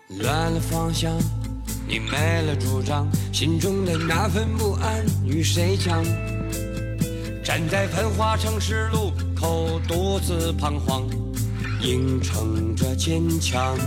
乱了方向，你没了主张，心中的那份不安与谁讲？站在繁华城市路口，独自彷徨，硬撑着坚强。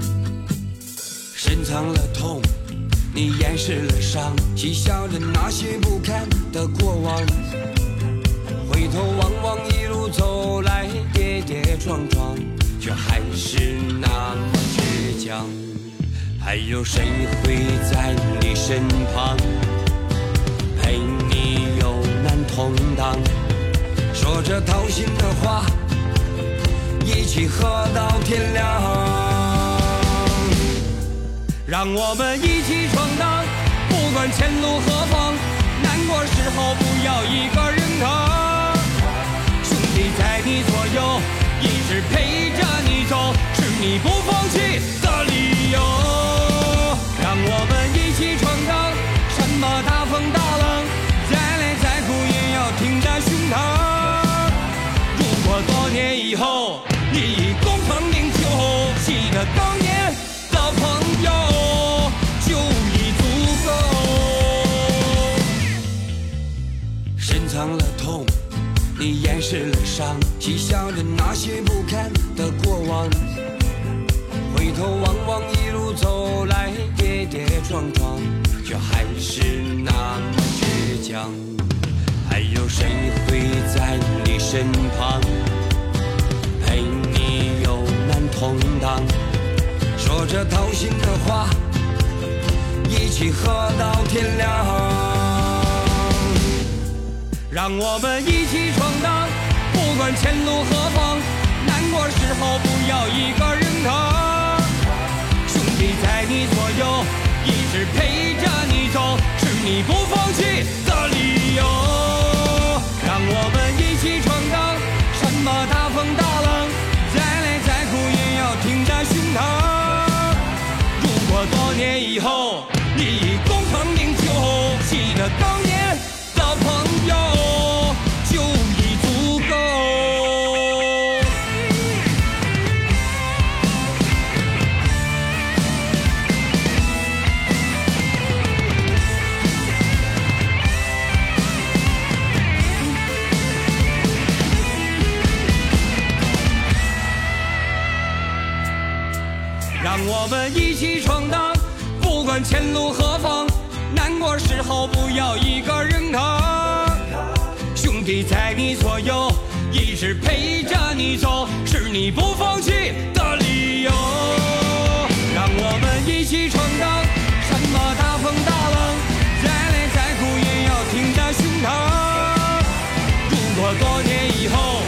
深藏了痛，你掩饰了伤，嬉笑着那些不堪的过往。回头望望一路走来，跌跌撞撞，却还是那么倔强。还有谁会在你身旁，陪你有难同当，说着掏心的话，一起喝到天亮。让我们一起闯荡，不管前路何方，难过时候不要一个人扛。兄弟在你左右，一直陪着你走，是你不放弃的理由。让我们一起闯荡，什么大风大浪，再累再苦也要挺在胸膛。如果多年以后，你已功成名就，记得当年的朋友就已足够。深藏了痛，你掩饰了伤，嬉笑着那些不堪的过往。回头望望一路走来，跌跌撞撞，却还是那么倔强。还有谁会在你身旁，陪你有难同当，说着掏心的话，一起喝到天亮。让我们一起闯荡，不管前路何方，难过时候不要一个人扛。兄弟在你左右，一直陪着你走，是你不放弃的理由。让我们一起闯荡，什么大风大浪，再累再苦也要挺在胸膛。如果多年以后，你已功成名就，记得当年的朋友就已足够。让我们一起闯荡，不管前路何方，难过时候不要一个人扛。兄弟在你左右，一直陪着你走，是你不放弃的理由。让我们一起闯荡，什么大风大浪，再累再苦也要挺在胸膛。如果多年以后，